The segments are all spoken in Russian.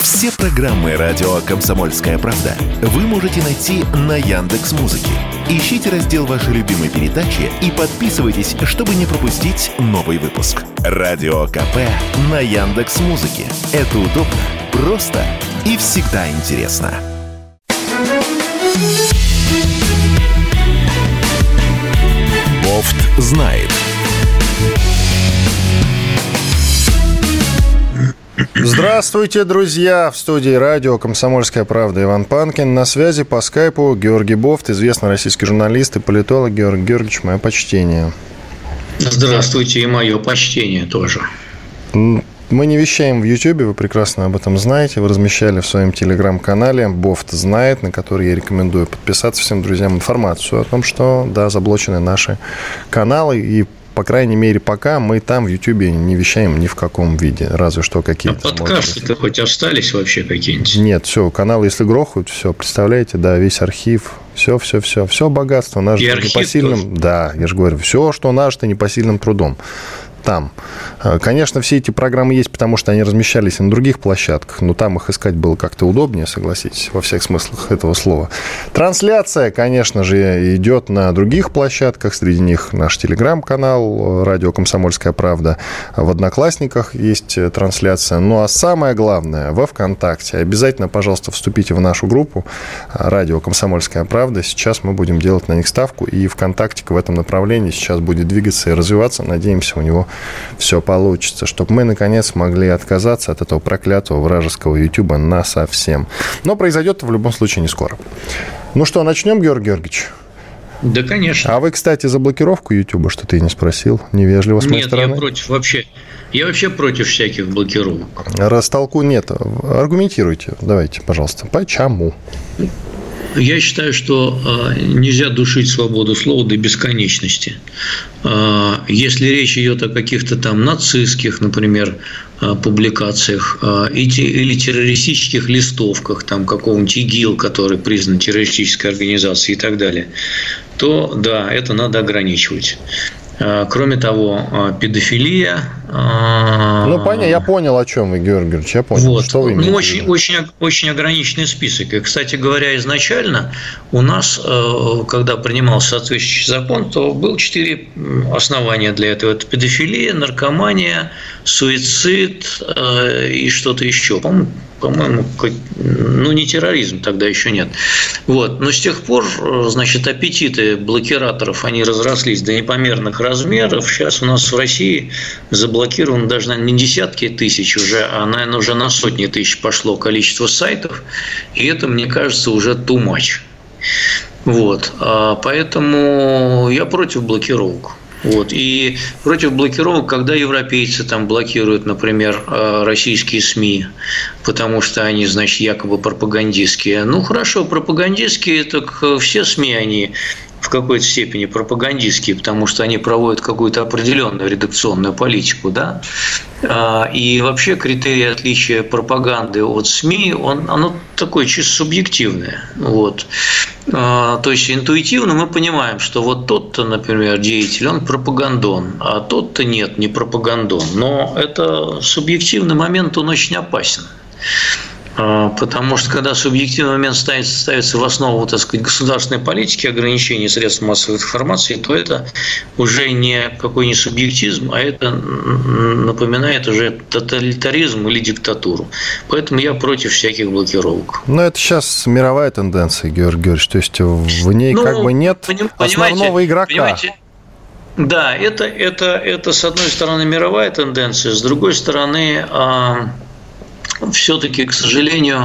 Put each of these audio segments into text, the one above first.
Все программы радио «Комсомольская правда» вы можете найти на Яндекс.Музыке. Ищите раздел вашей любимой передачи и подписывайтесь, чтобы не пропустить новый выпуск. Радио КП на Яндекс.Музыке. Это удобно, просто и всегда интересно. Бофт знает. Здравствуйте, друзья! В студии радио «Комсомольская правда» Иван Панкин. На связи по скайпу Георгий Бофт, известный российский журналист и политолог. Георгий Георгиевич, мое почтение. Здравствуйте, и мое почтение тоже. Мы не вещаем в Ютьюбе, вы прекрасно об этом знаете. Вы размещали в своем телеграм-канале «Бофт знает», на который я рекомендую подписаться всем друзьям, информацию о том, что, да, заблочены наши каналы, и по крайней мере, пока мы там в Ютьюбе не вещаем ни в каком виде, разве что какие-то. А подкасты-то хоть остались вообще какие-нибудь? Нет, все, каналы, если грохают, все, представляете, да, весь архив, все богатство нажито непосильным. Да, я же говорю, все, что нажито непосильным трудом. Там. Конечно, все эти программы есть, потому что они размещались и на других площадках, но там их искать было как-то удобнее, согласитесь, во всех смыслах этого слова. Трансляция, конечно же, идет на других площадках, среди них наш телеграм-канал «Радио Комсомольская правда», в Одноклассниках есть трансляция, ну а самое главное, во ВКонтакте. Обязательно, пожалуйста, вступите в нашу группу «Радио Комсомольская правда». Сейчас мы будем делать на них ставку, и ВКонтакте в этом направлении сейчас будет двигаться и развиваться. Надеемся, у него все получится, чтобы мы, наконец, могли отказаться от этого проклятого вражеского Ютуба насовсем. Но произойдет это в любом случае не скоро. Ну что, начнем, Георгий Георгиевич? Да, конечно. А вы, кстати, за блокировку Ютуба, что ты не спросил? Невежливо с моей стороны. Нет, я против вообще. Я вообще против всяких блокировок. Растолку нет. Аргументируйте. Давайте, пожалуйста. Почему? Я считаю, что нельзя душить свободу слова до бесконечности. Если речь идет о каких-то там нацистских, например, публикациях или террористических листовках, там какого-нибудь ИГИЛ, который признан террористической организацией и так далее, то да, это надо ограничивать. Кроме того, педофилия. Ну, понятно, я понял, о чем вы, Георгий Георгиевич, я понял. Вот. Что вы имеете в виду? Очень ограниченный список. И, кстати говоря, изначально у нас, когда принимался соответствующий закон, то было 4 основания для этого. Это педофилия, наркомания, суицид и что-то еще. По-моему, ну, не терроризм, тогда еще нет. Вот. Но с тех пор, значит, аппетиты блокираторов, они разрослись до непомерных размеров. Сейчас у нас в России заблокировано даже, наверное, не десятки тысяч уже, а, наверное, уже на сотни тысяч пошло количество сайтов. И это, мне кажется, уже too much. Вот. Поэтому я против блокировок. Вот. И против блокировок, когда европейцы там блокируют, например, российские СМИ, потому что они, значит, якобы пропагандистские. Ну, хорошо, пропагандистские, так все СМИ, они в какой-то степени пропагандистские, потому что они проводят какую-то определенную редакционную политику, да. И вообще критерий отличия пропаганды от СМИ, оно такое чисто субъективное. Вот. То есть интуитивно мы понимаем, что вот тот-то, например, деятель, он пропагандон, а тот-то нет, не пропагандон. Но это субъективный момент, он очень опасен. Потому что когда субъективный момент ставится в основу, так сказать, государственной политики, ограничения средств массовой информации, то это уже не субъектизм, а это напоминает уже тоталитаризм или диктатуру. Поэтому я против всяких блокировок. Но это сейчас мировая тенденция, Георгий Георгиевич, то есть в ней как бы нет основного игрока. Понимаете? Да, это с одной стороны мировая тенденция, с другой стороны все-таки, к сожалению,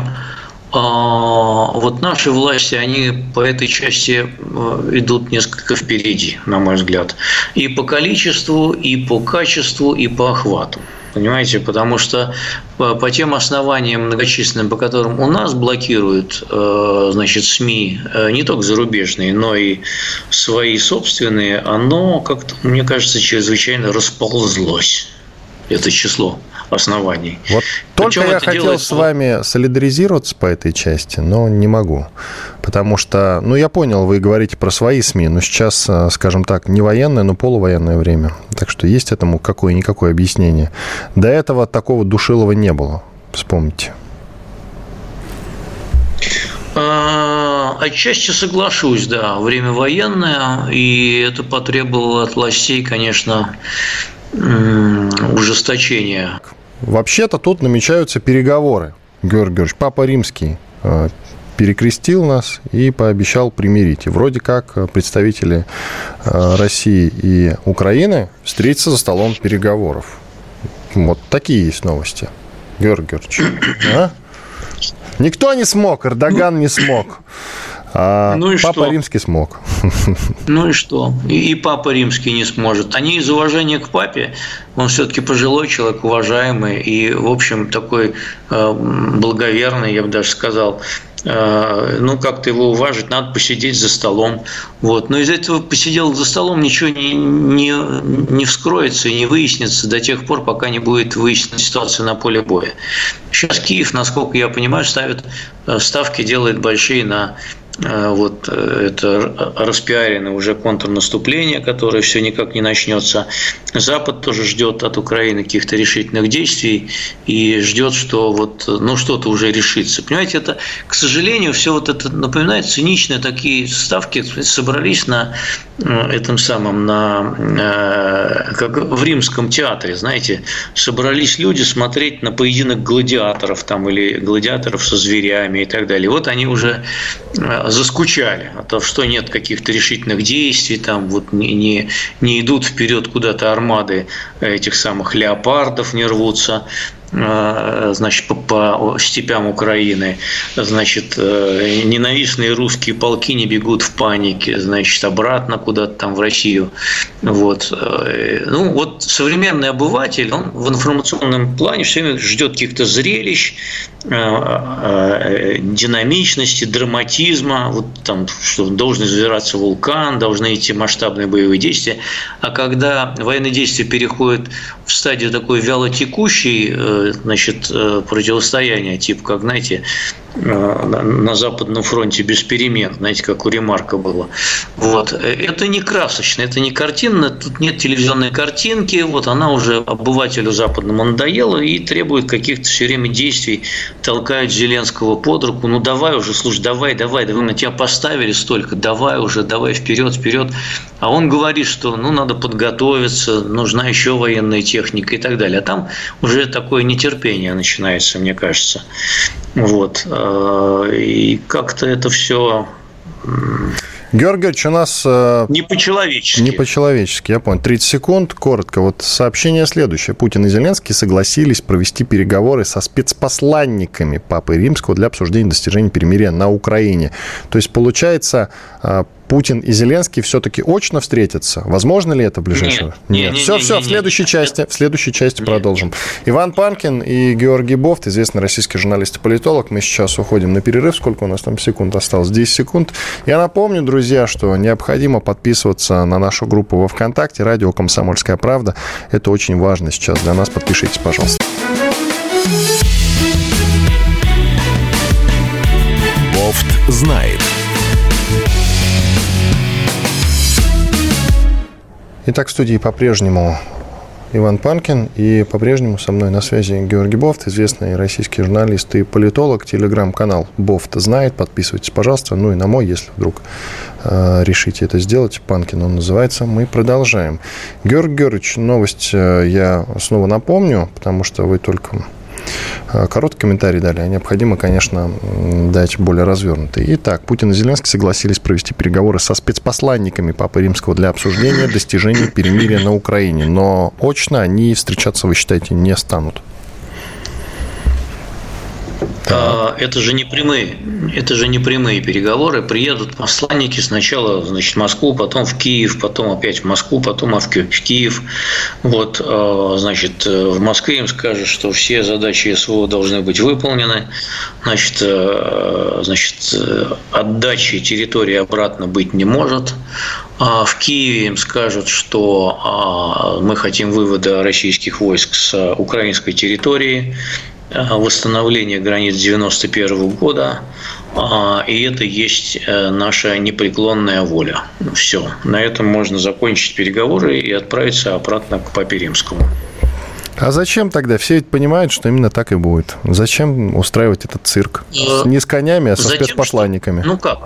вот наши власти, они по этой части идут несколько впереди, на мой взгляд. И по количеству, и по качеству, и по охвату. Понимаете, потому что по тем основаниям многочисленным, по которым у нас блокируют, значит, СМИ, не только зарубежные, но и свои собственные, оно как-то, мне кажется, чрезвычайно расползлось, это число оснований. Вот только я хотел с вами солидаризироваться по этой части, но не могу. Потому что, я понял, вы говорите про свои СМИ, но сейчас, скажем так, не военное, но полувоенное время. Так что есть этому какое-никакое объяснение. До этого такого душилова не было, вспомните. Отчасти соглашусь, да, время военное, и это потребовало от властей, конечно, ужесточения. Вообще-то тут намечаются переговоры, Георгий Георгиевич. Папа Римский перекрестил нас и пообещал примирить. И вроде как представители России и Украины встретятся за столом переговоров. Вот такие есть новости. Георгий Георгиевич, а? Никто не смог, Эрдоган не смог. А ну Папа что? Римский смог. Ну и что? И Папа Римский не сможет. Они из уважения к папе, он все-таки пожилой человек, уважаемый, и, в общем, такой благоверный, я бы даже сказал. Ну, как-то его уважить, надо посидеть за столом. Вот. Но из этого посидел за столом ничего не вскроется и не выяснится до тех пор, пока не будет выяснена ситуация на поле боя. Сейчас Киев, насколько я понимаю, ставки делает большие на вот это распиаренное уже контрнаступление, которое все никак не начнется. Запад тоже ждет от Украины каких-то решительных действий и ждет, что вот, ну, что-то уже решится. Понимаете, это, к сожалению, все вот это напоминает циничные такие ставки, собрались на этом самом, как в Римском театре, знаете, собрались люди смотреть на поединок гладиаторов там, или гладиаторов со зверями и так далее. Вот они уже заскучали, а то, что нет каких-то решительных действий, там вот не идут вперед куда-то армады этих самых леопардов, не рвутся, значит, по степям Украины, значит, ненавистные русские полки не бегут в панике, значит, обратно куда-то там в Россию. Вот. Ну, вот современный обыватель, он в информационном плане все время ждет каких-то зрелищ, динамичности, драматизма, вот там, что должен извергаться вулкан, должны идти масштабные боевые действия. А когда военные действия переходят в стадию такой вялотекущей, значит, противостояния, типа, как, знаете, на Западном фронте без перемен, знаете, как у Ремарка было. Вот. Это не красочно, это не картинно, тут нет телевизионной картинки, вот она уже обывателю западному надоела и требует каких-то все время действий, толкают Зеленского под руку, ну давай уже, слушай, давай, на тебя поставили столько, давай уже, давай вперед. А он говорит, что ну надо подготовиться, нужна еще военная техника и так далее. А там уже такое нетерпение начинается, мне кажется. Вот. И как-то это все... Георгий Георгиевич, у нас... Не по-человечески. Не по-человечески, я понял. 30 секунд, коротко. Вот сообщение следующее. Путин и Зеленский согласились провести переговоры со спецпосланниками Папы Римского для обсуждения достижения перемирия на Украине. То есть, получается, Путин и Зеленский все-таки очно встретятся? Возможно ли это в ближайшее? Нет. Все, в следующей части продолжим. Иван Панкин и Георгий Бофт, известный российский журналист и политолог. Мы сейчас уходим на перерыв. Сколько у нас там секунд осталось? 10 секунд. Я напомню, друзья, что необходимо подписываться на нашу группу во ВКонтакте «Радио Комсомольская правда». Это очень важно сейчас для нас. Подпишитесь, пожалуйста. Бофт знает. Итак, в студии по-прежнему Иван Панкин, и по-прежнему со мной на связи Георгий Бофт, известный российский журналист и политолог. Телеграм-канал «Бофт знает». Подписывайтесь, пожалуйста. Ну и на мой, если вдруг решите это сделать. Панкин он называется. Мы продолжаем. Георгий Георгиевич, новость я снова напомню, потому что вы только... короткий комментарий дали, а необходимо, конечно, дать более развернутый. Итак, Путин и Зеленский согласились провести переговоры со спецпосланниками Папы Римского для обсуждения достижения перемирия на Украине. Но очно они встречаться, вы считаете, не станут? Это же не прямые переговоры. Приедут посланники сначала, значит, в Москву, потом в Киев, потом опять в Москву, потом в Киев. Вот, значит, в Москве им скажут, что все задачи СВО должны быть выполнены. Значит, отдачи территории обратно быть не может. В Киеве им скажут, что мы хотим вывода российских войск с украинской территории, восстановление границ 1991 года, и это есть наша непреклонная воля. Все. На этом можно закончить переговоры и отправиться обратно к Папе Римскому. А зачем тогда? Все ведь понимают, что именно так и будет. Зачем устраивать этот цирк? Не с конями, а со спецпосланниками. Ну как?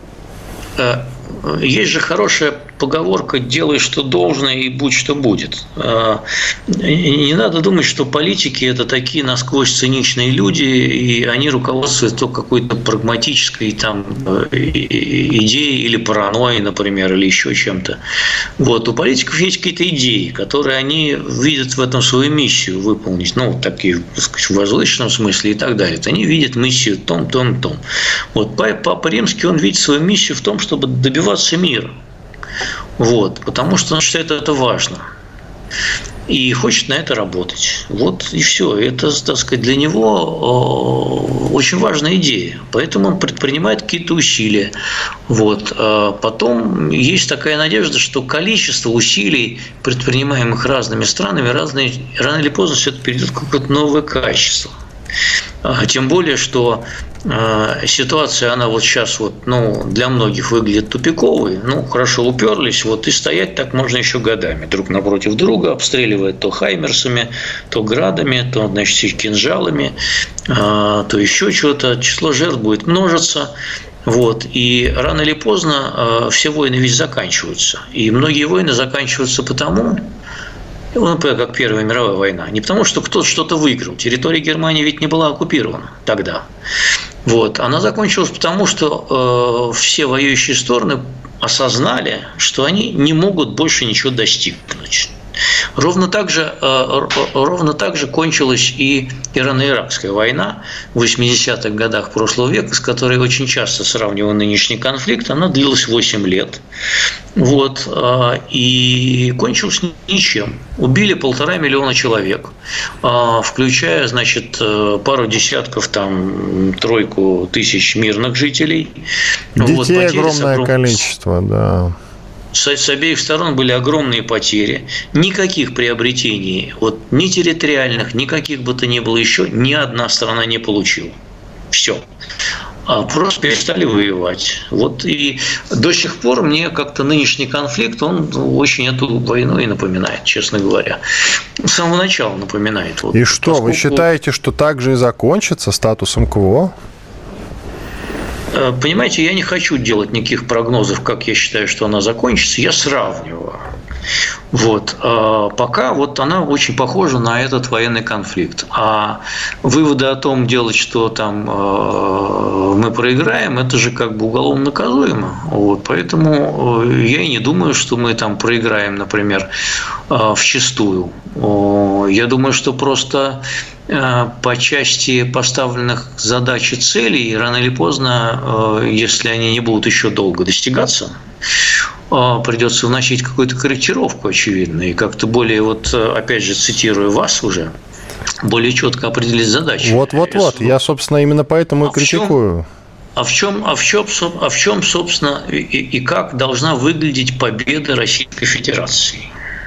Есть же хорошая поговорка «делай, что должно, и будь, что будет». Не надо думать, что политики – это такие насквозь циничные люди, и они руководствуются только какой-то прагматической там идеей или паранойей, например, или еще чем-то. Вот. У политиков есть какие-то идеи, которые они видят в этом свою миссию выполнить, ну, такие, так сказать, в возвышенном смысле и так далее. Они видят миссию том. Вот. Папа Римский, он видит свою миссию в том, чтобы добиваться мира. Вот, потому что он считает это важно и хочет на это работать. Вот и все. Это, так сказать, для него очень важная идея. Поэтому он предпринимает какие-то усилия. Вот. Потом есть такая надежда, что количество усилий, предпринимаемых разными странами, рано или поздно все это перейдет в какое-то новое качество. Тем более, что ситуация, она вот сейчас вот, ну, для многих выглядит тупиковой. Ну, хорошо уперлись, вот и стоять так можно еще годами друг напротив друга, обстреливая то хаймерсами, то градами, то, значит, кинжалами, то еще что-то. Число жертв будет множиться. Вот. И рано или поздно все войны ведь заканчиваются. И многие войны заканчиваются потому, например, как Первая мировая война. Не потому, что кто-то что-то выиграл. Территория Германии ведь не была оккупирована тогда. Вот. Она закончилась потому, что все воюющие стороны осознали, что они не могут больше ничего достигнуть. Ровно так же кончилась и Ирано-Иракская война в 80-х годах прошлого века, с которой очень часто сравниваю нынешний конфликт. Она длилась 8 лет. Вот, и кончилась ничем. Убили 1,5 миллиона человек, включая, значит, пару десятков, там, 3 тысяч мирных жителей. Детей вот, огромное количество, да. С обеих сторон были огромные потери. Никаких приобретений, вот, ни территориальных, никаких бы то ни было еще, ни одна страна не получила. Все. Просто перестали воевать. Вот и до сих пор мне как-то нынешний конфликт, он очень эту войну и напоминает, честно говоря. С самого начала напоминает. Вот, и что, вы считаете, что так же и закончится статусом КВО? Понимаете, я не хочу делать никаких прогнозов, как я считаю, что она закончится. Я сравниваю. Вот. Пока вот она очень похожа на этот военный конфликт. А выводы о том делать, что там мы проиграем, это же как бы уголовно наказуемо. Вот. Поэтому я и не думаю, что мы там проиграем, например, вчистую. Я думаю, что просто по части поставленных задач и целей рано или поздно, если они не будут еще долго достигаться, придется вносить какую-то корректировку, очевидно, и как-то более, вот опять же, цитирую вас уже, более четко определить задачи. Вот. Я, собственно, именно поэтому и критикую. А в чем, собственно, и как должна выглядеть победа Российской Федерации?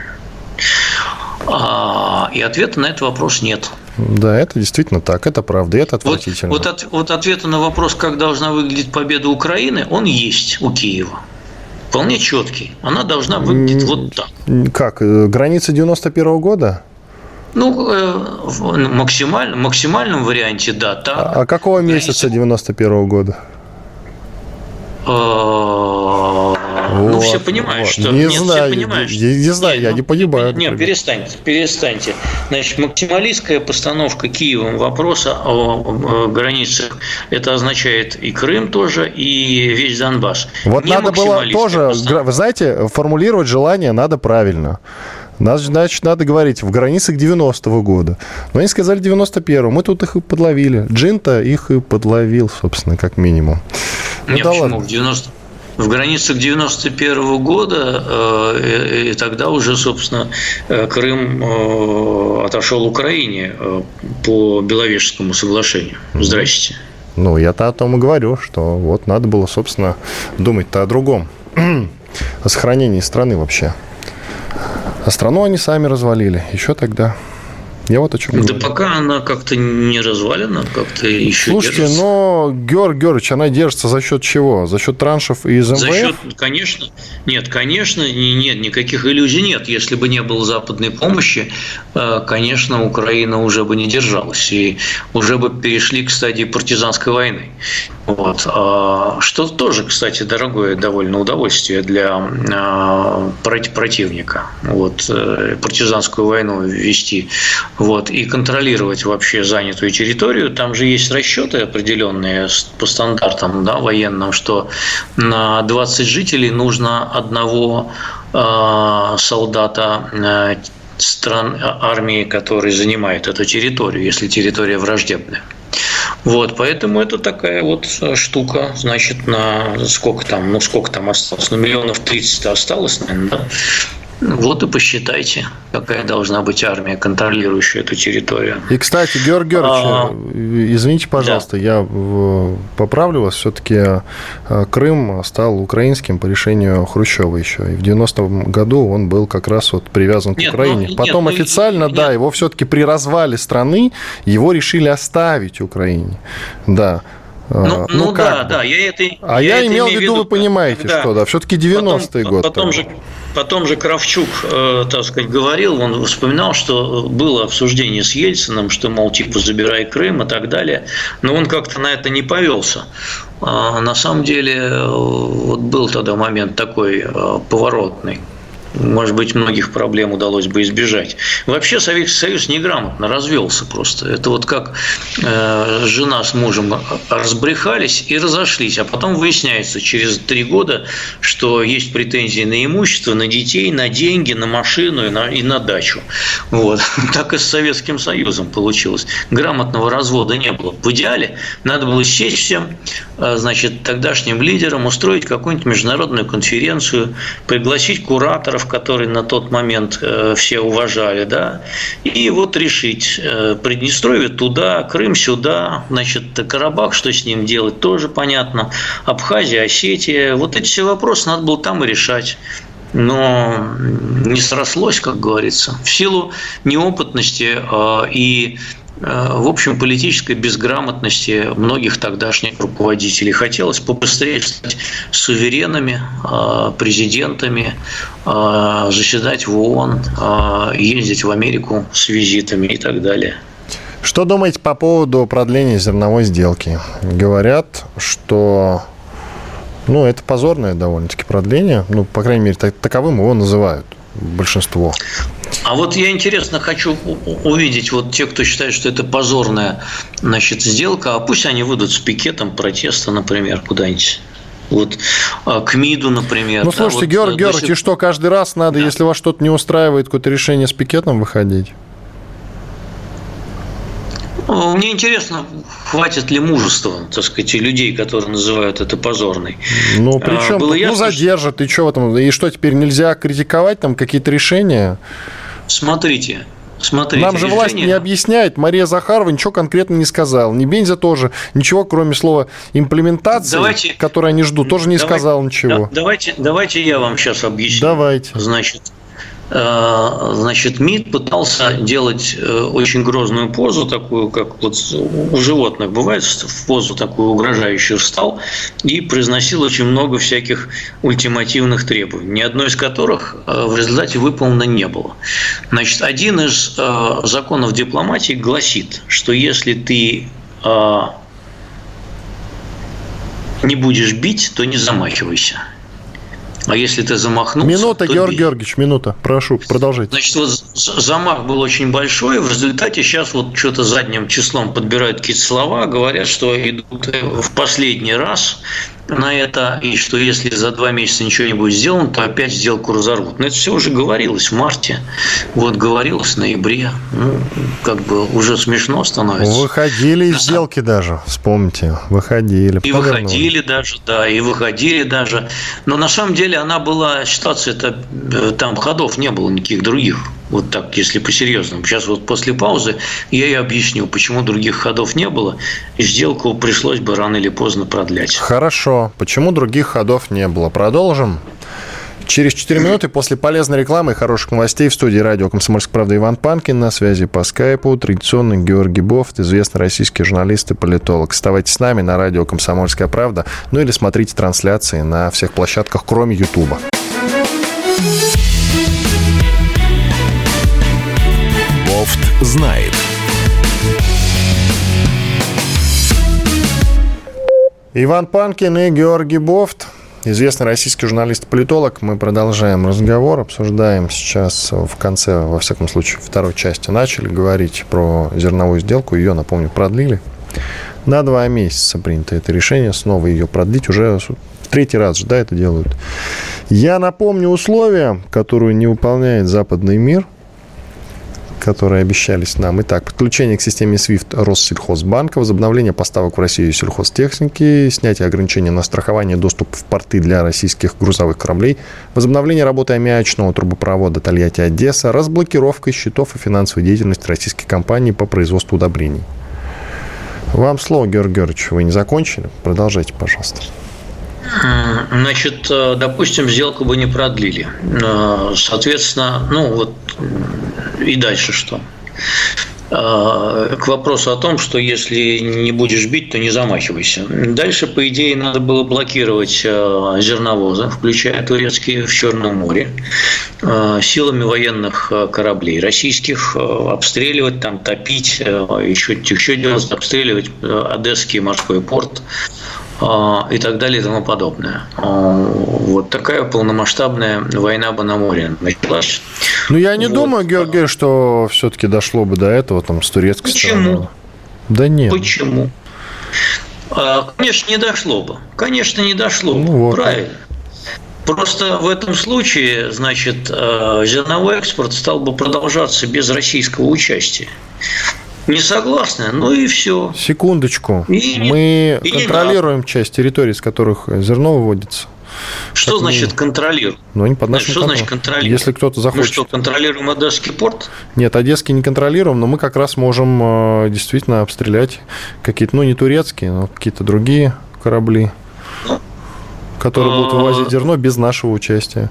И ответа на этот вопрос нет. Да, это действительно так, это правда, и это отвратительно. Вот ответа на вопрос, как должна выглядеть победа Украины, он есть у Киева. Вполне четкий. Она должна выглядеть вот так. Как? Граница 91-го года? Ну, в максимальном варианте, да. Так. А какого месяца 91-го года? Ну, все понимают, что... Не знаю, я не понимаю. Нет, перестаньте. Значит, максималистская постановка Киевом вопроса о границах, это означает и Крым тоже, и весь Донбасс. Вот надо было тоже, вы знаете, формулировать желание надо правильно. Значит, надо говорить в границах 90-го года. Но они сказали 91-го. Мы тут их и подловили. Джин-то их и подловил, собственно, как минимум. Нет, да почему? В границах 91-го года, и тогда уже, собственно, Крым отошел Украине по Беловежскому соглашению. Здрасте. Ну, я-то о том и говорю, что вот надо было, собственно, думать-то о другом. О сохранении страны вообще. А страну они сами развалили еще тогда. Я вот о чем говорю. Да пока она как-то не развалена, как-то еще Слушайте, держится. но, Георгий Георгиевич, она держится за счет чего? За счет траншев из МВФ? За счет, конечно, нет, никаких иллюзий нет. Если бы не было западной помощи, конечно, Украина уже бы не держалась и уже бы перешли к стадии партизанской войны. Вот. Что тоже, кстати, дорогое довольно удовольствие для противника. Вот. Партизанскую войну вести. Вот, и контролировать вообще занятую территорию. Там же есть расчеты определенные по стандартам, да, военным, что на 20 жителей нужно одного солдата армии, который занимает эту территорию, если территория враждебная. Вот, поэтому это такая вот штука, значит, на сколько там осталось? 30 миллионов осталось, наверное, да? Вот и посчитайте, какая должна быть армия, контролирующая эту территорию. И, кстати, Георгий Георгиевич, извините, пожалуйста, да. Я поправлю вас. Все-таки Крым стал украинским по решению Хрущева еще. И в 90-м году он был как раз вот привязан к Украине. Потом официально, его все-таки при развале страны его решили оставить Украине. Да. Я имел в виду, вы понимаете, что, да, все-таки 90-й год. Потом же Кравчук, так сказать, говорил, он вспоминал, что было обсуждение с Ельциным, что, мол, типа, забирай Крым и так далее, но он как-то на это не повелся. На самом деле, вот был тогда момент такой поворотный. Может быть, многих проблем удалось бы избежать. Вообще Советский Союз неграмотно развелся просто. Это вот как жена с мужем разбрехались и разошлись, а потом выясняется через 3 года, что есть претензии на имущество, на детей, на деньги, на машину и на дачу. Вот. Так и с Советским Союзом получилось. Грамотного развода не было. В идеале надо было сесть всем, значит, тогдашним лидерам, устроить какую-нибудь международную конференцию, пригласить кураторов, которые на тот момент все уважали, да, и вот решить: Приднестровье туда, Крым сюда, значит, Карабах, что с ним делать, тоже понятно, Абхазия, Осетия, вот эти все вопросы надо было там и решать. Но не срослось, как говорится, в силу неопытности и, в общем, политической безграмотности многих тогдашних руководителей. Хотелось побыстрее стать суверенами, президентами, заседать в ООН, ездить в Америку с визитами и так далее. Что думаете по поводу продления зерновой сделки? Говорят, что это позорное довольно-таки продление. По крайней мере, таковым его называют большинство. А вот я, интересно, хочу увидеть вот те, кто считает, что это позорная, значит, сделка, а пусть они выйдут с пикетом протеста, например, куда-нибудь. Вот к МИДу, например. Слушайте, Георгий Георгиевич, и что, каждый раз надо, если вас что-то не устраивает, какое-то решение с пикетом выходить? Мне интересно, хватит ли мужества, так сказать, людей, которые называют это позорной. Причем, задержат, и что в этом? И что, теперь нельзя критиковать там какие-то решения? Смотрите. Нам же власть не объясняет. Мария Захарова ничего конкретно не сказала. Небензя тоже ничего, кроме слова имплементации, которое они ждут, тоже не сказал ничего. Давайте я вам сейчас объясню. Давайте. Значит, МИД пытался делать очень грозную позу, такую, как вот у животных бывает, в позу такую угрожающую встал и произносил очень много всяких ультимативных требований, ни одно из которых в результате выполнено не было. Значит, один из законов дипломатии гласит, что если ты не будешь бить, то не замахивайся. А если ты замахнулся... Минута, Георгий Георгиевич, минута. Прошу, продолжайте. Значит, вот замах был очень большой. В результате сейчас вот что-то задним числом подбирают какие-то слова, говорят, что идут в последний раз на это, и что если за 2 месяца ничего не будет сделано, то опять сделку разорвут. Но это все уже говорилось в марте, вот говорилось в ноябре. Уже смешно становится. Выходили из сделки даже, вспомните, выходили. И выходили даже, да, и выходили даже. Но на самом деле она была, ситуация-то, там ходов не было никаких других. Вот так, если по-серьезному. Сейчас вот после паузы я и объясню, почему других ходов не было, и сделку пришлось бы рано или поздно продлять. Хорошо. Почему других ходов не было? Продолжим. Через 4 минуты после полезной рекламы и хороших новостей в студии радио «Комсомольская правда» Иван Панкин. На связи по скайпу традиционно Георгий Бофт, известный российский журналист и политолог. Оставайтесь с нами на радио «Комсомольская правда», ну или смотрите трансляции на всех площадках, кроме Ютуба. Бофт знает. Иван Панкин и Георгий Бофт, известный российский журналист и политолог. Мы продолжаем разговор, обсуждаем сейчас в конце, во всяком случае, второй части начали говорить про зерновую сделку. Ее, напомню, продлили. На 2 месяца принято это решение, снова ее продлить. Уже в 3-й раз же, да, это делают. Я напомню условия, которые не выполняет западный мир, которые обещались нам. Итак, подключение к системе SWIFT Россельхозбанка, возобновление поставок в Россию сельхозтехники, снятие ограничений на страхование и доступ в порты для российских грузовых кораблей, возобновление работы аммиачного трубопровода Тольятти-Одесса, разблокировка счетов и финансовой деятельности российских компаний по производству удобрений. Вам слово, Георгий Георгиевич. Вы не закончили? Продолжайте, пожалуйста. Значит, допустим, сделку бы не продлили. Соответственно, и дальше что? К вопросу о том, что если не будешь бить, то не замахивайся. Дальше, по идее, надо было блокировать зерновозы, включая турецкие, в Черном море, силами военных кораблей российских, обстреливать, там, топить, еще делать, обстреливать Одесский морской порт и так далее и тому подобное. Вот такая полномасштабная война бы на море началась. Я не думаю, Георгий, что все-таки дошло бы до этого там, с турецкой стороны. Почему? Да нет. Почему? Конечно, не дошло бы. Конечно, не дошло бы. Вот. Правильно. Просто в этом случае, значит, зерновой экспорт стал бы продолжаться без российского участия. Не согласны? Ну и все. Секундочку. Мы контролируем часть территорий, с которых зерно выводится. Что значит контролируем? Не под нашим что значит контролируем? Если кто-то захочет. Мы что, контролируем Одесский порт? Нет, Одесский не контролируем, но мы как раз можем действительно обстрелять какие-то, не турецкие, но какие-то другие корабли, которые будут вывозить зерно без нашего участия.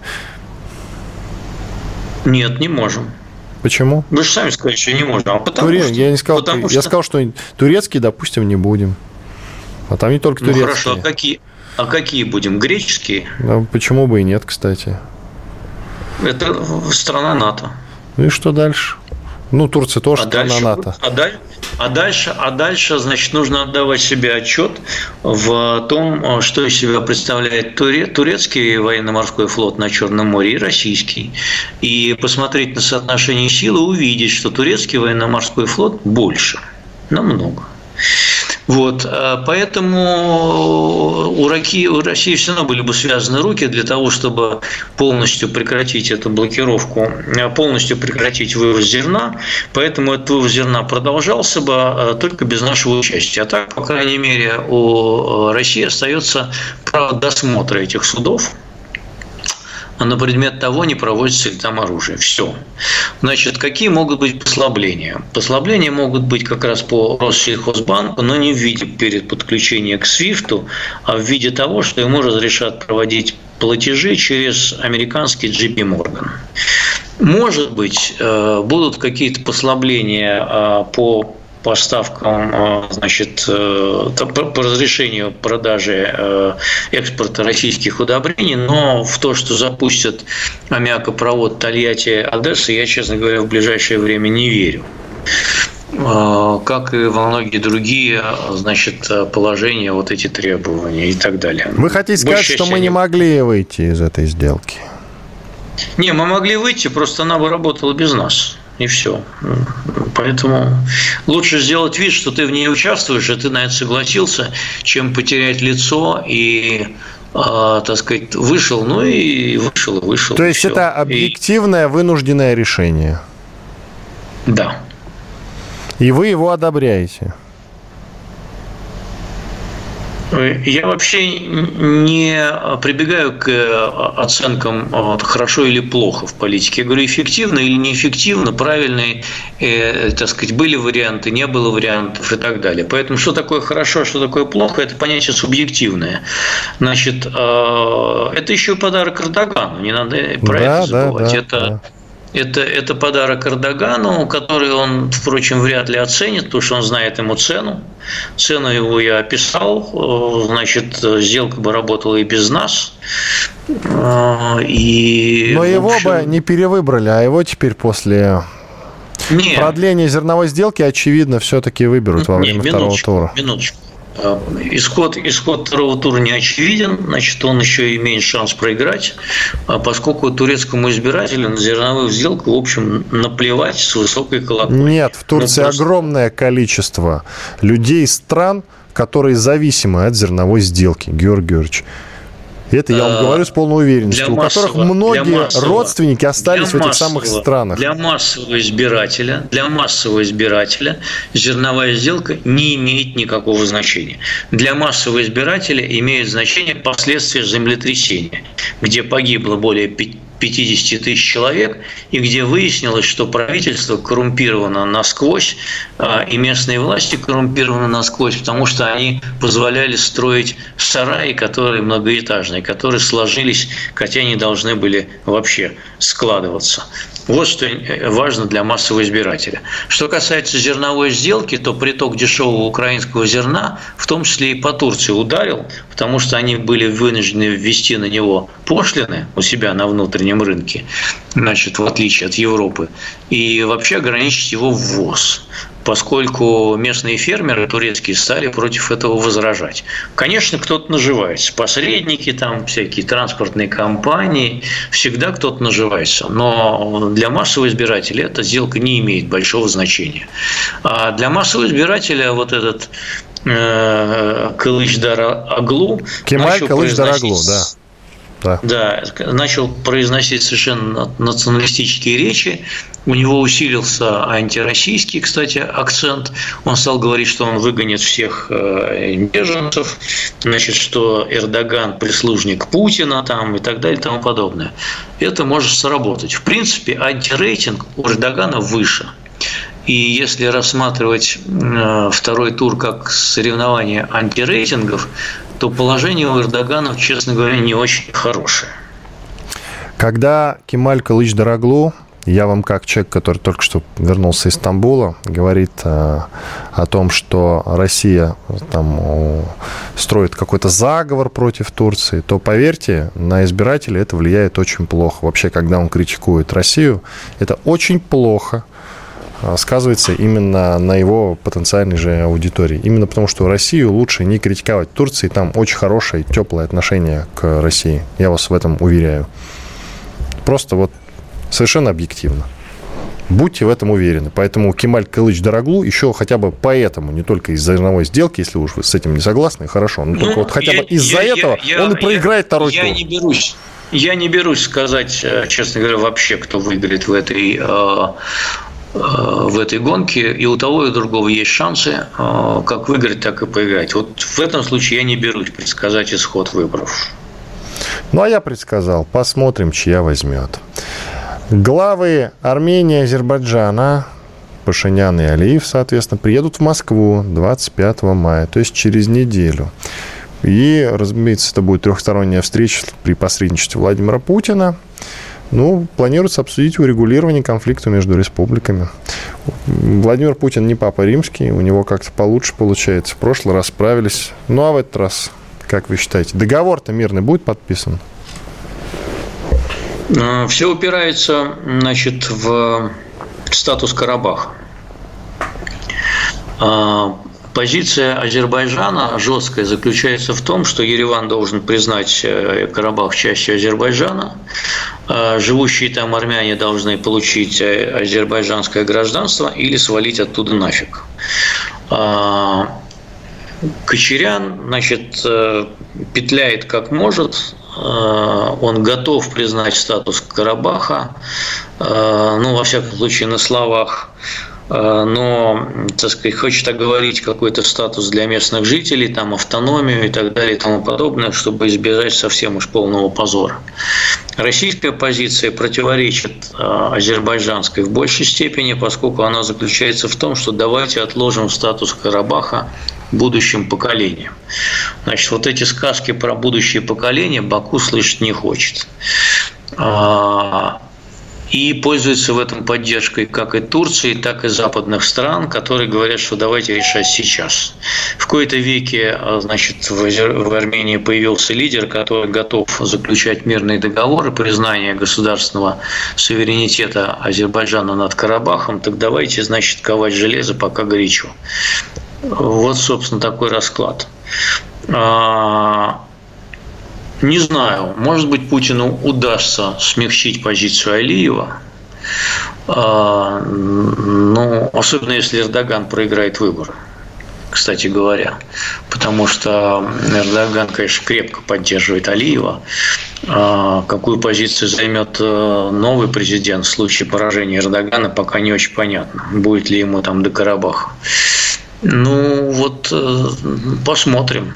Нет, не можем. Почему? Вы же сами сказали, что не можем. Я не сказал, я сказал, что турецкие, допустим, не будем. А там не только турецкие. Хорошо, а какие будем? Греческие? Да, почему бы и нет, кстати. Это страна НАТО. Ну и что дальше? Турция тоже страна НАТО. А дальше, значит, нужно отдавать себе отчет в том, что из себя представляет турецкий военно-морской флот на Черном море и российский. И посмотреть на соотношение сил и увидеть, что турецкий военно-морской флот больше, намного. Вот, поэтому у России все равно были бы связаны руки для того, чтобы полностью прекратить эту блокировку, полностью прекратить вывоз зерна. Поэтому этот вывоз зерна продолжался бы только без нашего участия. А так, по крайней мере, у России остается право досмотра этих судов на предмет того, не проводится ли там оружие. Все. Значит, какие могут быть послабления? Послабления могут быть как раз по Россельхозбанку, но не в виде перед подключением к SWIFT, а в виде того, что ему разрешат проводить платежи через американский JP Morgan. Может быть, будут какие-то послабления по поставкам, значит, по разрешению продажи экспорта российских удобрений, но в то, что запустят аммиакопровод Тольятти-Одесса, я, честно говоря, в ближайшее время не верю. Как и во многие другие, значит, положения, вот эти требования и так далее. Вы хотите сказать, что мы не могли выйти из этой сделки? Не, мы могли выйти, просто она бы работала без нас. И все. Поэтому лучше сделать вид, что ты в ней участвуешь, и ты на это согласился, чем потерять лицо и, так сказать, вышел. То есть это объективное вынужденное решение? Да. И вы его одобряете? Я вообще не прибегаю к оценкам хорошо или плохо в политике. Я говорю, эффективно или неэффективно, правильные, так сказать, были варианты, не было вариантов и так далее. Поэтому что такое хорошо, что такое плохо, это понятие субъективное. Значит, это еще подарок Эрдогану, не надо про это забывать. Это подарок Эрдогану, который он, впрочем, вряд ли оценит, потому что он знает ему цену. Цену его я описал. Значит, сделка бы работала и без нас. Но его бы не перевыбрали, а его теперь после продления зерновой сделки, очевидно, все-таки выберут во время второго тура. Минуточку. Исход второго тура не очевиден, значит, он еще имеет шанс проиграть, поскольку турецкому избирателю на зерновую сделку, в общем, наплевать с высокой колокольни. Нет, в Турции огромное количество людей из стран, которые зависимы от зерновой сделки, Георгий Георгиевич. Это я вам говорю с полной уверенностью, у которых многие родственники остались в этих самых странах. Для массового избирателя зерновая сделка не имеет никакого значения. Для массового избирателя имеют значение последствия землетрясения, где погибло более 50 тысяч человек, и где выяснилось, что правительство коррумпировано насквозь, и местные власти коррумпированы насквозь, потому что они позволяли строить сараи, которые многоэтажные, которые сложились, хотя не должны были вообще складываться. Вот что важно для массового избирателя. Что касается зерновой сделки, то приток дешевого украинского зерна, в том числе и по Турции, ударил, потому что они были вынуждены ввести на него пошлины у себя на внутреннем рынке, значит, в отличие от Европы, и вообще ограничить его ввоз, поскольку местные фермеры турецкие стали против этого возражать. Конечно, кто-то наживается. Посредники, там всякие транспортные компании, всегда кто-то наживается. Но для массового избирателя эта сделка не имеет большого значения. А для массового избирателя вот этот Кылычдароглу Кемаль Кылычдароглу, да, начал произносить совершенно националистические речи. У него усилился антироссийский, кстати, акцент. Он стал говорить, что он выгонит всех беженцев, значит, что Эрдоган прислужник Путина там, и так далее и тому подобное. Это может сработать. В принципе, антирейтинг у Эрдогана выше. И если рассматривать второй тур как соревнование антирейтингов, то положение у Эрдогана, честно говоря, не очень хорошее. Когда Кемаль Кылычдароглу, я вам как человек, который только что вернулся из Стамбула, говорит о том, что Россия там строит какой-то заговор против Турции, то, поверьте, на избирателей это влияет очень плохо. Вообще, когда он критикует Россию, это очень плохо сказывается именно на его потенциальной же аудитории. Именно потому, что Россию лучше не критиковать. В Турции там очень хорошее, теплое отношение к России. Я вас в этом уверяю. Просто вот совершенно объективно. Будьте в этом уверены. Поэтому Кемаль Кылычдароглу еще хотя бы поэтому, не только из-за зерновой сделки, если уж вы с этим не согласны, хорошо, но только вот хотя бы из-за этого он и проиграет второй тур. Я не берусь сказать, честно говоря, вообще, кто выиграет в этой гонке, и у того, и у другого есть шансы как выиграть, так и проиграть. Вот в этом случае я не берусь предсказать исход выборов. Ну, а я предсказал. Посмотрим, чья возьмет. Главы Армении и Азербайджана, Пашинян и Алиев, соответственно, приедут в Москву 25 мая, то есть через неделю. И, разумеется, это будет трехсторонняя встреча при посредничестве Владимира Путина. Ну, планируется обсудить урегулирование конфликта между республиками. Владимир Путин не папа римский, у него как-то получше получается. В прошлый раз справились. Ну, а в этот раз, как вы считаете, договор-то мирный будет подписан? Все упирается, значит, в статус Карабаха. Позиция Азербайджана жесткая заключается в том, что Ереван должен признать Карабах частью Азербайджана. Живущие там армяне должны получить азербайджанское гражданство или свалить оттуда нафиг. Кочарян, значит, петляет как может. Он готов признать статус Карабаха, ну, во всяком случае, на словах. но, так сказать, хочет оговорить какой-то статус для местных жителей, там автономию и так далее и тому подобное, чтобы избежать совсем уж полного позора. Российская позиция противоречит азербайджанской в большей степени, поскольку она заключается в том, что давайте отложим статус Карабаха будущим поколениям. Значит, вот эти сказки про будущее поколение Баку слышать не хочет. И пользуется в этом поддержкой как и Турции, так и западных стран, которые говорят, что давайте решать сейчас. В кои-то веке, значит, в Армении появился лидер, который готов заключать мирные договоры признания государственного суверенитета Азербайджана над Карабахом. Так давайте, значит, ковать железо, пока горячо. Вот, собственно, такой расклад. Не знаю, может быть, Путину удастся смягчить позицию Алиева, но особенно если Эрдоган проиграет выборы, кстати говоря, потому что Эрдоган, конечно, крепко поддерживает Алиева. Какую позицию займет новый президент в случае поражения Эрдогана, пока не очень понятно, будет ли ему там до Карабаха. Ну вот посмотрим.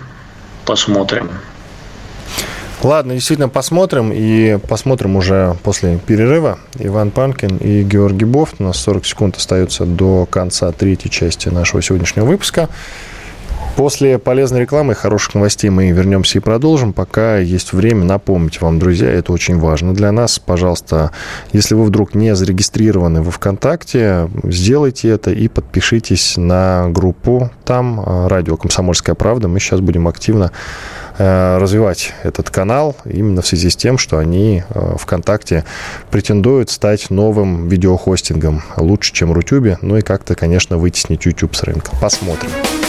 Ладно, действительно посмотрим. И посмотрим уже после перерыва. Иван Панкин и Георгий Бофт. У нас 40 секунд остается до конца третьей части нашего сегодняшнего выпуска. После полезной рекламы и хороших новостей мы вернемся и продолжим. Пока есть время напомнить вам, друзья, это очень важно для нас. Пожалуйста, если вы вдруг не зарегистрированы во ВКонтакте, сделайте это и подпишитесь на группу. Там радио «Комсомольская правда». Мы сейчас будем активно развивать этот канал именно в связи с тем, что они ВКонтакте претендуют стать новым видеохостингом лучше, чем Рутюбе. Ну и как-то, конечно, вытеснить YouTube с рынка. Посмотрим.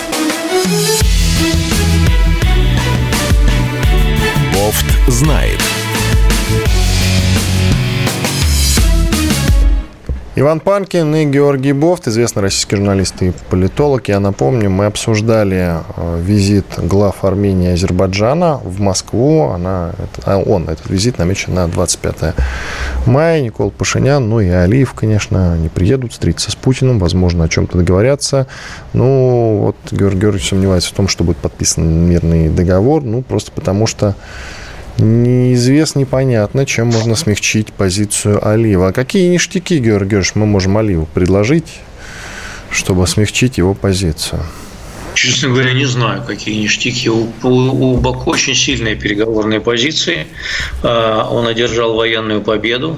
Бофт знает. Иван Панкин и Георгий Бофт, известный российский журналист и политолог. Я напомню, мы обсуждали визит глав Армении и Азербайджана в Москву. Этот визит намечен на 25 мая. Никола Пашинян, ну и Алиев, конечно, не приедут встретиться с Путиным. Возможно, о чем-то договорятся. Ну, вот Георгий Георгиевич сомневается в том, что будет подписан мирный договор. Ну, просто потому что неизвестно, непонятно, чем можно смягчить позицию Алиева. А какие ништяки, Георгий Георгиевич, мы можем Алиеву предложить, чтобы смягчить его позицию? Честно говоря, не знаю, какие ништяки. У Баку очень сильные переговорные позиции. Он одержал военную победу.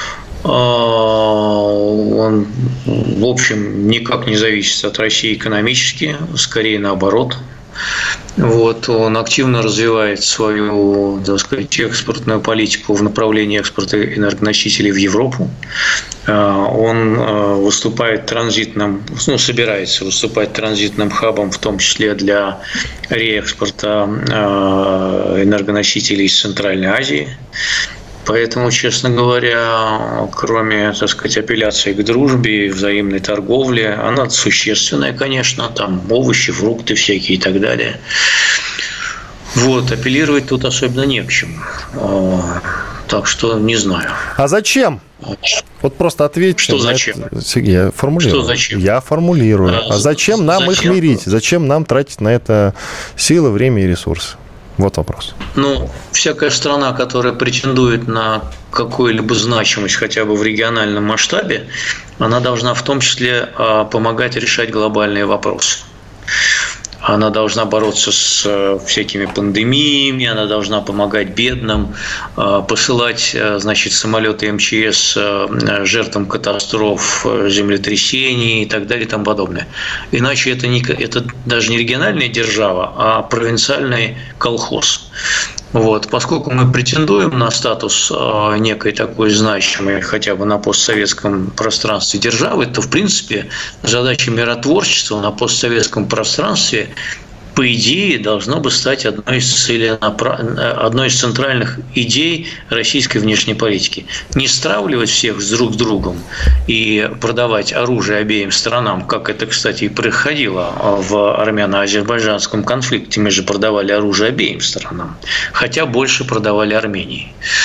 Он, в общем, никак не зависит от России экономически, скорее наоборот. Вот, он активно развивает свою, так сказать, экспортную политику в направлении экспорта энергоносителей в Европу. Он выступает транзитным, собирается выступать транзитным хабом, в том числе для реэкспорта энергоносителей из Центральной Азии. Поэтому, честно говоря, кроме, так сказать, апелляции к дружбе и взаимной торговле, она существенная, конечно, там овощи, фрукты всякие и так далее. Вот, апеллировать тут особенно не к чему. Так что не знаю. А зачем? Вот просто ответьте. Что зачем? Я формулирую. Что зачем? Я формулирую. А зачем нам их мирить? Зачем нам тратить на это силы, время и ресурсы? Вот вопрос. Ну, всякая страна, которая претендует на какую-либо значимость хотя бы в региональном масштабе, она должна в том числе помогать решать глобальные вопросы. Она должна бороться с всякими пандемиями, она должна помогать бедным, посылать, значит, самолеты МЧС жертвам катастроф, землетрясений и так далее и тому подобное. Иначе это даже не региональная держава, а провинциальный колхоз. Вот. Поскольку мы претендуем на статус некой такой значимой, хотя бы на постсоветском пространстве державы, то, в принципе, задача миротворчества на постсоветском пространстве, по идее, должно бы стать одной из центральных идей российской внешней политики. Не стравливать всех друг с другом и продавать оружие обеим сторонам, как это, кстати, и происходило в армяно-азербайджанском конфликте. Мы же продавали оружие обеим сторонам, хотя больше продавали Армении.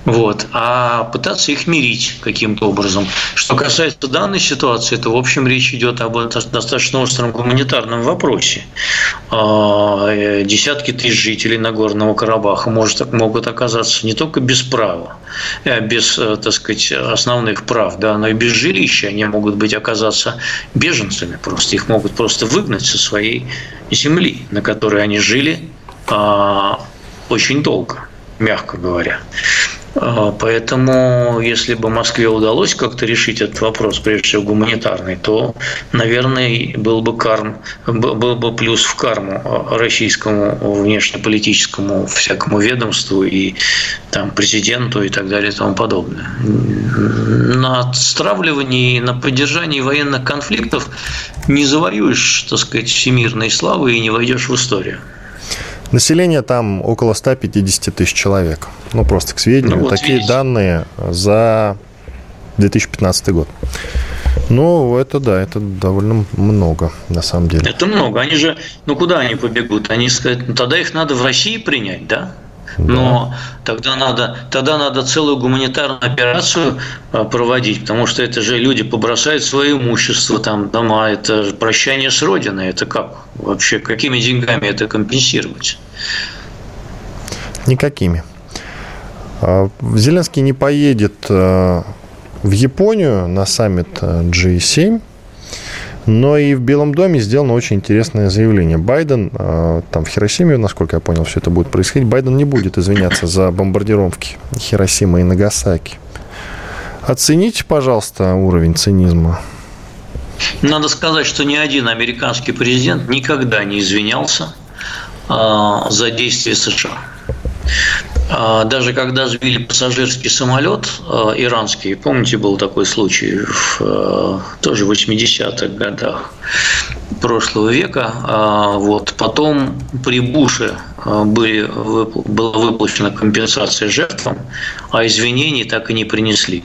Вот, а пытаться их мирить каким-то образом. Что касается данной ситуации, то, в общем, речь идет об достаточно остром гуманитарном вопросе. Десятки тысяч жителей Нагорного Карабаха могут оказаться не только без права, без, так сказать, основных прав, да, но и без жилища. Они могут оказаться беженцами просто. Их могут просто выгнать со своей земли, на которой они жили очень долго, мягко говоря. Поэтому, если бы Москве удалось как-то решить этот вопрос, прежде всего гуманитарный, то, наверное, был бы плюс в карму российскому внешнеполитическому всякому ведомству и там, президенту и так далее и тому подобное. На стравливании и на поддержании военных конфликтов не завоюешь, так сказать, всемирной славы и не войдешь в историю. Население там около 150 тысяч человек. Ну, просто к сведению. Вот такие видите. данные за 2015 год. Ну, это да, это довольно много, на самом деле. Это много. Они же, куда они побегут? Они скажут, тогда их надо в России принять, да? Но тогда надо целую гуманитарную операцию проводить, потому что это же люди побросают свое имущество, там, дома, это прощание с Родиной, это как? Вообще, какими деньгами это компенсировать? Никакими. Зеленский не поедет в Японию на саммит G7, но и в Белом доме сделано очень интересное заявление. Байден, там в Хиросиме, насколько я понял, все это будет происходить, Байден не будет извиняться за бомбардировки Хиросимы и Нагасаки. Оцените, пожалуйста, уровень цинизма. Надо сказать, что ни один американский президент никогда не извинялся за действия США. Даже когда сбили пассажирский самолет иранский, помните, был такой случай тоже в 80-х годах прошлого века, потом при Буше была выплачена компенсация жертвам, а извинений так и не принесли.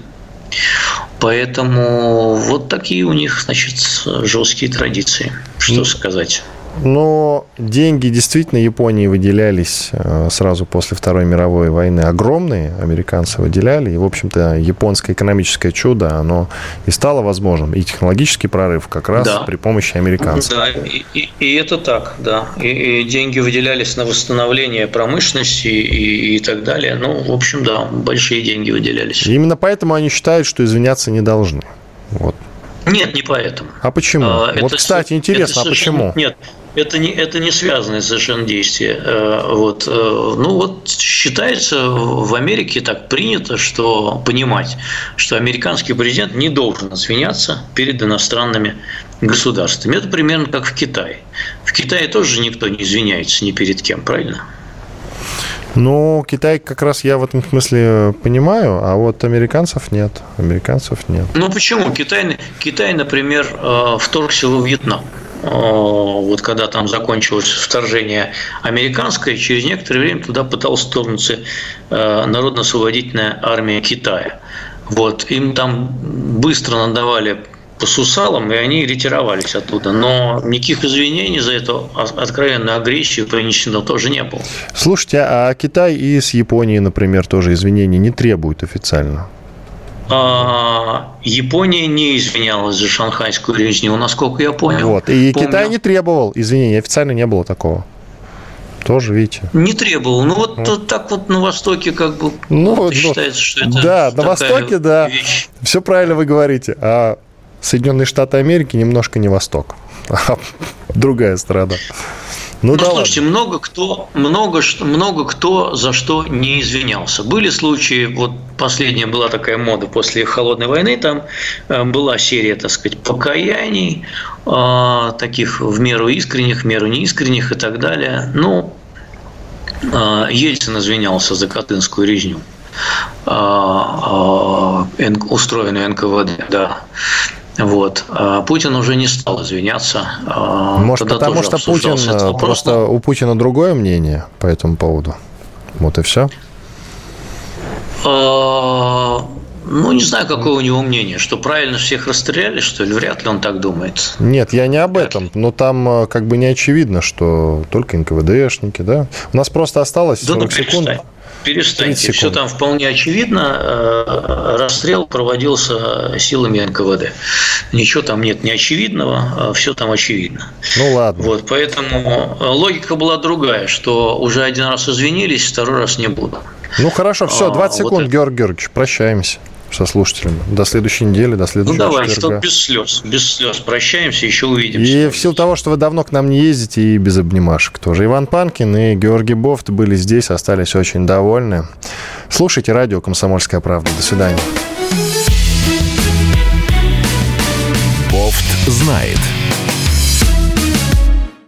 Поэтому вот такие у них, значит, жесткие традиции. Что сказать? Но деньги действительно Японии выделялись сразу после Второй мировой войны. Огромные американцы выделяли. И, в общем-то, японское экономическое чудо, оно и стало возможным. И технологический прорыв как раз при помощи американцев. Да, и это так, да. И деньги выделялись на восстановление промышленности и так далее. Ну, в общем, да, большие деньги выделялись. И именно поэтому они считают, что извиняться не должны. Вот. Нет, не поэтому. А почему? Вот, кстати, интересно, а почему? Нет, это не связанное совершенно действие. Считается в Америке так принято, что понимать, что американский президент не должен извиняться перед иностранными государствами. Это примерно как в Китае. В Китае тоже никто не извиняется ни перед кем, правильно? Ну, Китай как раз я в этом смысле понимаю, а вот американцев нет. Ну, почему? Китай, например, вторгся во Вьетнам. Вот когда там закончилось вторжение американское, через некоторое время туда пыталась вторгнуться Народно-освободительная армия Китая. Вот, им там быстро надавали по сусалам, и они ретировались оттуда. Но никаких извинений за эту откровенную агрессию принесено тоже не было. Слушайте, а Китай и с Японией, например, тоже извинений не требуют официально? Япония не извинялась за шанхайскую резню, насколько я понял. Вот. И Китай не требовал извинений, официально не было такого. Тоже, видите. Не требовал. Так вот на Востоке как бы считается, что это да, на Востоке, да. Вещь. Все правильно вы говорите. А Соединенные Штаты Америки немножко не Восток, а другая страна. Слушайте, много кто за что не извинялся. Были случаи, вот последняя была такая мода после Холодной войны, там была серия, так сказать, покаяний, таких в меру искренних, в меру неискренних и так далее. Ельцин извинялся за Катынскую резню, устроенную НКВД, да. Вот. А Путин уже не стал извиняться. Может, потому что у Путина другое мнение по этому поводу? Вот и все? Ну, не знаю, какое у него мнение, что правильно всех расстреляли, что ли? Вряд ли он так думает. Нет, я не об этом. Но там как бы не очевидно, что только НКВДшники, да? У нас просто осталось 40 секунд. Перестаньте. Все там вполне очевидно. Расстрел проводился силами НКВД. Ничего там нет неочевидного, все там очевидно. Ну ладно. Вот, поэтому логика была другая, что уже один раз извинились, второй раз не буду. Ну хорошо, все, 20 секунд, вот Георгий Георгиевич, прощаемся со слушателями. До следующей недели, до следующего четверга. Ну давай, без слез прощаемся, еще увидимся. И в силу того, что вы давно к нам не ездите, и без обнимашек тоже. Иван Панкин и Георгий Бофт были здесь, остались очень довольны. Слушайте радио «Комсомольская правда». До свидания. Бофт знает.